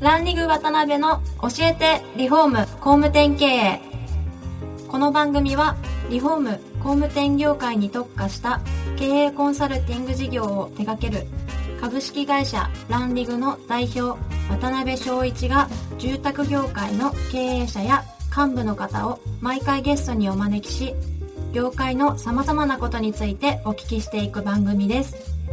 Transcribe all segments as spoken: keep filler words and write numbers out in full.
ランリグ渡辺の教えてリフォーム工務店経営。この番組はリフォーム工務店業界に特化した経営コンサルティング事業を手掛ける株式会社ランリグの代表渡辺翔一が住宅業界の経営者や幹部の方を毎回ゲストにお招きし、業界の様々なことについてお聞きしていく番組です。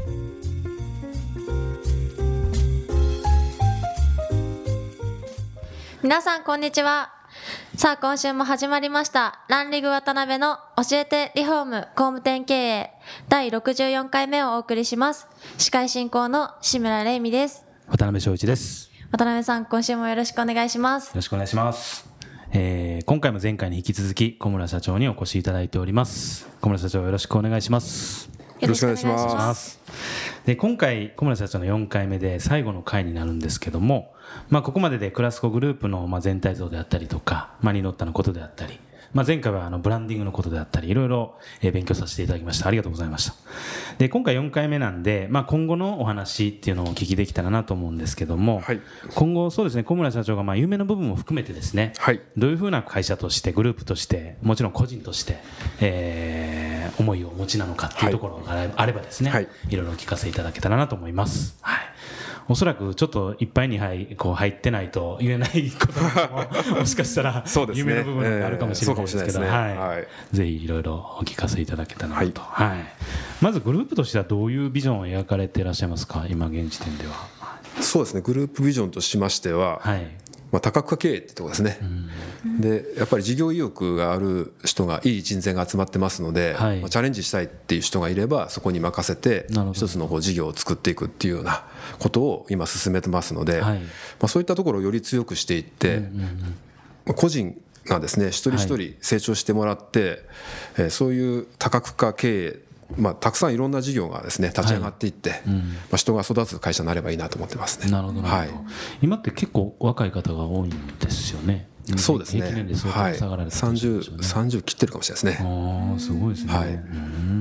皆さんこんにちは。さあ今週も始まりましたランリグ渡辺の教えてリフォーム工務店経営だいろくじゅうよんかいめをお送りします。司会進行の志村玲美です。 渡辺翔一です。 渡辺さん、今週もよろしくお願いします。 よろしくお願いします。えー、今回も前回に引き続き小村社長にお越しいただいております。小村社長、よろしくお願いします。 よろしくお願いします。 で、今回小村社長のよんかいめで最後の回になるんですけども、まあ、ここまででクラスコグループのまあ全体像であったりとか、まあ、リノッタのことであったり、まあ、前回はあのブランディングのことであったりいろいろ勉強させていただきました。ありがとうございました。で、今回よんかいめなんで、まあ、今後のお話っていうのをお聞きできたらなと思うんですけども、はい、今後そうですね、小村社長がまあ有名な部分も含めてですね、はい、どういうふうな会社としてグループとしてもちろん個人として、えー、思いをお持ちなのかっていうところがあればですね、はい、いろいろお聞かせいただけたらなと思います。はい、おそらくちょっといっぱいに入こう入ってないと言えないことももしかしたら夢の部分があるかもしれないですけど、ぜひいろいろお聞かせいただけたらなと、はいはい、まずグループとしてはどういうビジョンを描かれていらっしゃいますか、今現時点では。 そうですね、グループビジョンとしましては、はい、まあ、多角化経営ってところですね、うん、でやっぱり事業意欲がある人がいい人材が集まってますので、はい、まあ、チャレンジしたいっていう人がいればそこに任せて一つのこう事業を作っていくっていうようなことを今進めてますので、はい、まあ、そういったところをより強くしていって、うんうんうん、まあ、個人がですね一人一人成長してもらって、はい、えー、そういう多角化経営、まあ、たくさんいろんな事業がですね立ち上がっていって、はい、うん、まあ、人が育つ会社になればいいなと思ってますね。 なるほど、はい、今って結構若い方が多いんですよね。 そうですね、 平均年齢相当下がられて、 はい、30, 30切ってるかもしれないですね。 あ、すごいですね、はい、うん、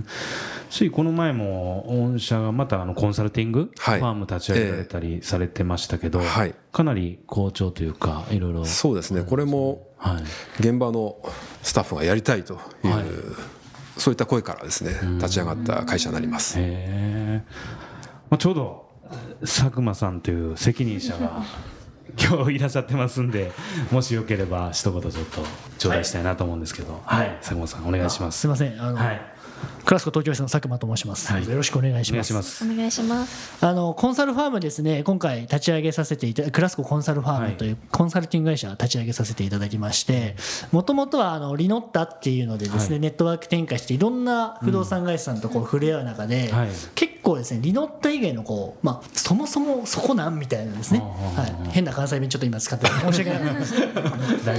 ついこの前も御社がまたあのコンサルティング、はい、ファーム立ち上げられたりされてましたけど、えーはい、かなり好調というかいろいろ。 そうですね、これも現場のスタッフがやりたいという、はい、そういった声からですね立ち上がった会社になります。 へー、まあ、ちょうど佐久間さんという責任者が今日いらっしゃってますんで、もしよければ一言ちょっと頂戴したいなと思うんですけど、はい、はい、佐久間さんお願いします。 すいません、あの、はい、クラスコ東京市の佐久間と申します、はい、よろしくお願いします。 お願いします。 あのコンサルファームですね、今回立ち上げさせていただクラスココンサルファームというコンサルティング会社を立ち上げさせていただきまして、もともとはあのリノッタっていうのでですね、はい、ネットワーク展開していろんな不動産会社さんとこう触れ合う中で、うん、はい、結構ですねリノッタ以外のこう、まあ、そもそもそこなんみたいなですね、はい、変な関西弁ちょっと今使って申し訳ないです大丈夫です、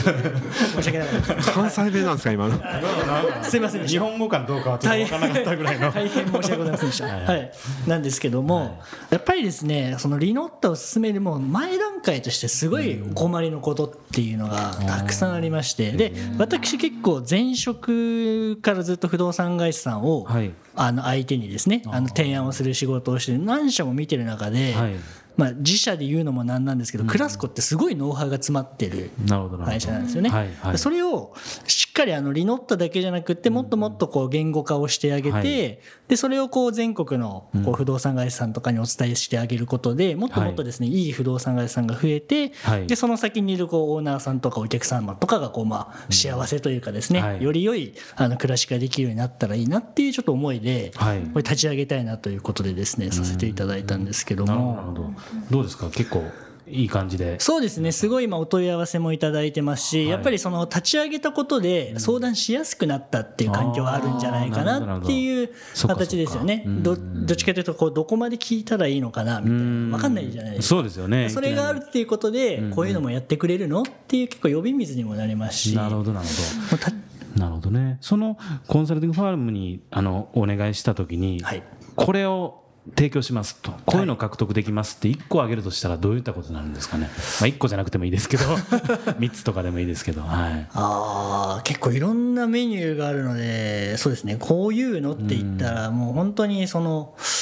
はい、申し訳ないです。 関西弁なんですか今のすいませんでした。 日本語かどうかはちょっと分からなかったぐらいの大変申し訳ございませんでしたはい、はい、なんですけども、はい、やっぱりですねそのリノッタを進めるも前段階としてすごいお困りのことっていうのがたくさんありまして、で私結構前職からずっと不動産会社さんを、はい、あの相手にですねあの提案をする仕事をして何社も見てる中で、はい、まあ、自社で言うのもなんなんですけど、うん、クラスコってすごいノウハウが詰まってる会社なんですよね、はいはい、それをしっかりあのリノッタだけじゃなくってもっともっとこう言語化をしてあげて、はい、でそれをこう全国のこう不動産会社さんとかにお伝えしてあげることでもっともっとですね、はい、いい不動産会社さんが増えて、はい、でその先にいるこうオーナーさんとかお客様とかがこうまあ幸せというかですね、はい、より良いあの暮らしができるようになったらいいなっていうちょっと思いで、はい、これ立ち上げたいなということでですねさせていただいたんですけども、 なるほど、どうですか、結構いい感じで。 そうですね、すごい今お問い合わせもいただいてますし、はい、やっぱりその立ち上げたことで相談しやすくなったっていう環境はあるんじゃないかなっていう形ですよね。ど, どっちかというとこうどこまで聞いたらいいのかなみたいな分かんないじゃないですか。 そうですよね。 それがあるっていうことでこういうのもやってくれるのっていう結構呼び水にもなりますし。 なるほどなるほどなるほどね。そのコンサルティングファームにあのお願いしたときに、はい、これを提供しますと、こういうのを獲得できますっていっこあげるとしたらどういったことになるんですかね。まあ、いっこじゃなくてもいいですけどみっつとかでもいいですけど、はい、 あ結構いろんなメニューがあるので、そうですね、こういうのって言ったらもう本当にその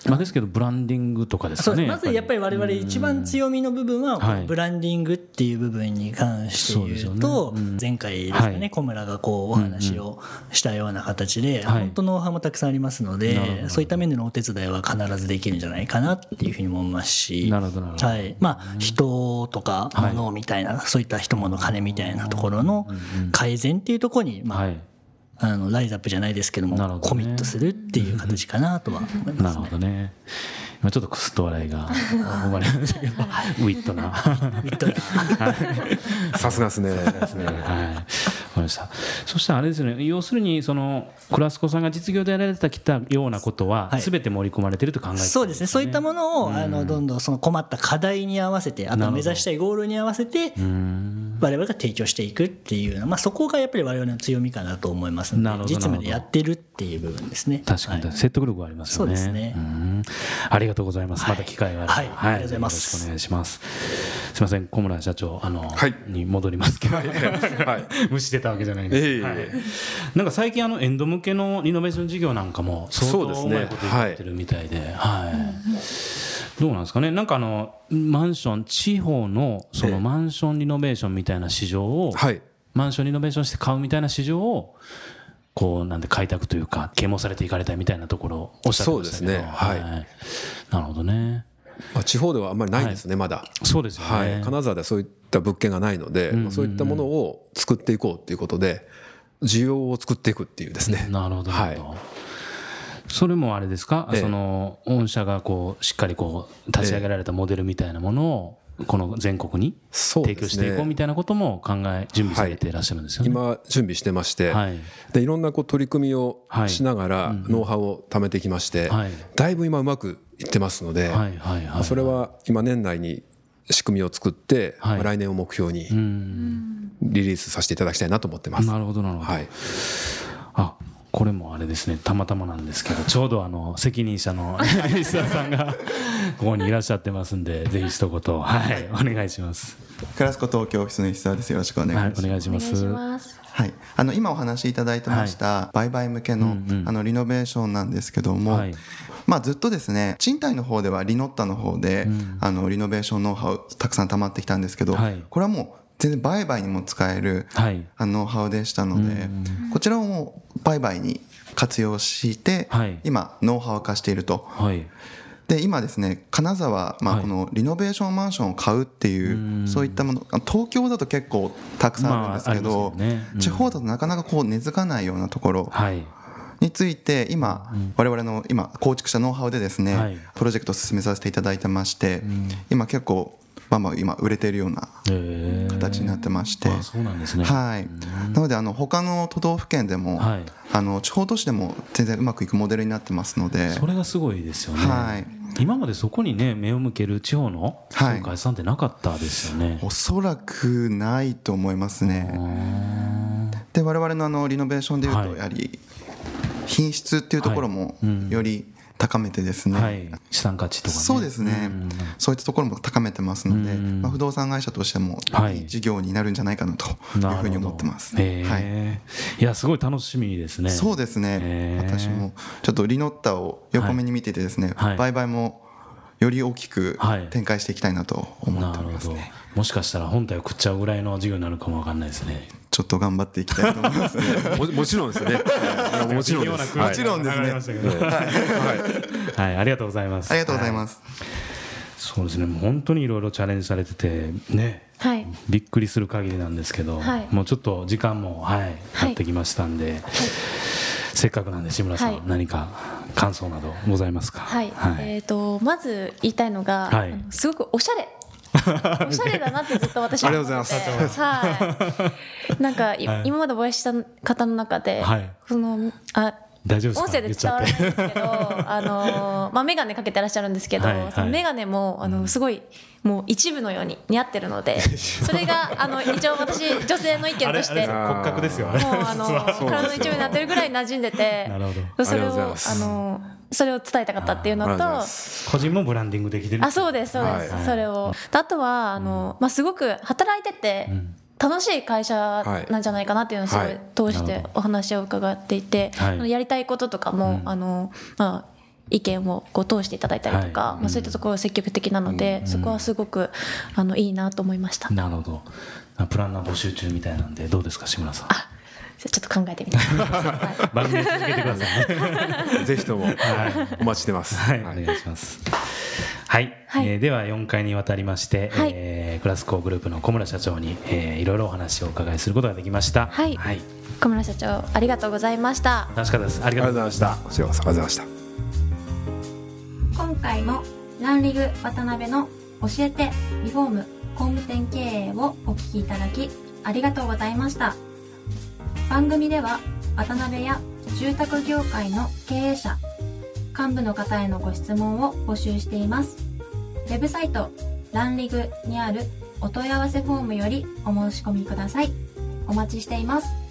まあ、ですけどブランディングとかですかね。 まずやっぱり我々一番強みの部分はブランディングっていう部分に関して言うと、前回ですかね、小村がこうお話をしたような形で本当ノウハウもたくさんありますので、そういった面でのお手伝いは必ずできるんじゃないかなっていうふうに思いますし、はい、まあ人とか物みたいな、そういった人物金みたいなところの改善っていうところにまああのライズアップじゃないですけども、ね、コミットするっていう形かなとは思いますね。 なるほどね。今ちょっとクスッと笑いが生まれましたけど、ウィットな、ウィットな、さすがですね。 はい、わかりました。そしてあれですね、要するにそのクラスコさんが実業でやられてきたようなことはすべて盛り込まれていると考えているんですね。 そうですね。そういったものをあのどんどんその困った課題に合わせて、あと目指したいゴールに合わせて我々が提供していくっていう、まあそこがやっぱり我々の強みかなと思いますので、実務でやってるっていう部分ですね。 確かに説得力がありますよね。 そうですね。 ありがとうございます。また機会があれば、 はい、ありがとうございます。 よろしくお願いします。すみません、小村社長あの、はい、に戻りますけど、はい、無視してたわけじゃないんですけど、はい、なんか最近あのエンド向けのリノベーション事業なんかも相当うまいこと言ってるみたいで、はいはい、どうなんですかね。なんかあのマンション地方のそのマンションリノベーションみたいな市場を、はい、マンションリノベーションして買うみたいな市場をこうなんで開拓というか啓蒙されていかれたいみたいなところをおっしゃってましたけど。そうですね、はい、はい、なるほどね。 まあ、地方ではあんまりないんですね、はい、まだ。 そうですよね、 はい、金沢ではそういった物件がないので、うんうんうん、そういったものを作っていこうということで需要を作っていくっていうですね。 なるほど、はい、それもあれですか、ええ、その御社がこうしっかりこう立ち上げられたモデルみたいなものをこの全国に提供していこうみたいなことも考え準備されていらっしゃるんですよね。 はい、今準備してまして、はい、でいろんなこう取り組みをしながらノウハウを貯めてきまして、はい、だいぶ今うまくいってますので、はいはいはいはい、それは今年内に仕組みを作って、はい、来年を目標にリリースさせていただきたいなと思ってます。 なるほどなるほど、はい、あこれもあれですね、たまたまなんですけどちょうどあの責任者のリスナーさんがここにいらっしゃってますんでぜひ一言、はい、お願いします。 クラスコ東京オフィスの石澤です。よろしくお願いします。 はい、お願いします。 はい、あの今お話しいただいてました、はい、売買向けの、うんうん、あのリノベーションなんですけども、はい、まあ、ずっとですね賃貸の方ではリノッタの方で、うん、あのリノベーションノウハウたくさん溜まってきたんですけど、はい、これはもう全然売買にも使える、はい、あのノウハウでしたので、うん、こちらをもう売買に活用して、はい、今ノウハウ化していると、はい、で今ですね金沢、まあ、このリノベーションマンションを買うっていう、はい、そういったもの東京だと結構たくさんあるんですけど、まあね、うん、地方だとなかなかこう根付かないようなところ、はい、について今、うん、我々の今構築したノウハウでですね、はい、プロジェクトを進めさせていただいてまして、うん、今結構まあまあ今売れているような形になってまして、 そうなんですね。 はい。なのであの他の都道府県でも、はい、あの地方都市でも全然うまくいくモデルになってますので、 それがすごいですよね。はい。今までそこにね目を向ける地方の商会さんってなかったですよね。はい、 おそらくないと思いますね。で我々のあのリノベーションでいうとやはり品質っていうところもより高めてですね、はい、 資産価値とかね、 そうですね、うん、そういったところも高めてますので、うん、まあ、不動産会社としてもいい事業になるんじゃないかなというふうに思ってます。はい、 いやすごい楽しみですね。 そうですね、私もちょっとリノッタを横目に見ててですね、はい、売買もより大きく展開していきたいなと思っておりますね。はい、 もしかしたら本体を食っちゃうぐらいの事業になるかもわかんないですね。 ちょっと頑張っていきたいと思いますね。 も, もちろんですね。もちろんです。 もちろんですね。はい、 はい、ありがとうございます。 ありがとうございます。はい、 そうですね。もう本当にいろいろチャレンジされててね、はい、びっくりする限りなんですけど、はい、もうちょっと時間もはい経ってきましたんで、はい、せっかくなんで志村さん、はい、何か感想などございますか。 はい。はい、えっ、ー、とまず言いたいのが、はい、あのすごくおしゃれ。おしゃれだなってずっと私は思ってて、ありがとうございます。はい。なんか、はい、今までお会いした方の中で、はい、そのあ大丈夫ですか？ 音声で伝わるんですけど、あのまあ眼鏡かけてらっしゃるんですけど、はいはい、その眼鏡もあのすごいもう一部のように似合ってるので、それがあの一応私女性の意見として骨格ですよね。 もうあの体の一部になってるぐらい馴染んでて、なるほど、それをあのそれを伝えたかったっていうのと、 個人もブランディングできてる。 あ、そうですそうです。はい、それをあとはあのまあすごく働いてて。うん、楽しい会社なんじゃないかなっていうのをすごい通してお話を伺っていて、はい、やりたいこととかも、うん、あのまあ意見をこう通していただいたりとか、はい、まあ、そういったところ積極的なので、うん、そこはすごくあのいいなと思いました。 なるほど。プランナー募集中みたいなんでどうですか志村さん。 あ、ちょっと考えてみてください。はい、 番組続けてください。 ぜひとも、はい、お待ちしてます。 はい、はい、お願いします。はい、はい、えー、ではよんかいにわたりまして、はい、えー、クラスコグループの小村社長に、えー、いろいろお話をお伺いすることができました。 はい、はい、小村社長ありがとうございました。 楽しかったです。ありがとうございました。 こちらこそありがとうございました。 今回もランリグ渡辺の教えてリフォーム工務店経営をお聞きいただきありがとうございました。番組では渡辺や住宅業界の経営者、幹部の方へのご質問を募集しています。ウェブサイトランリグにあるお問い合わせフォームよりお申し込みください。お待ちしています。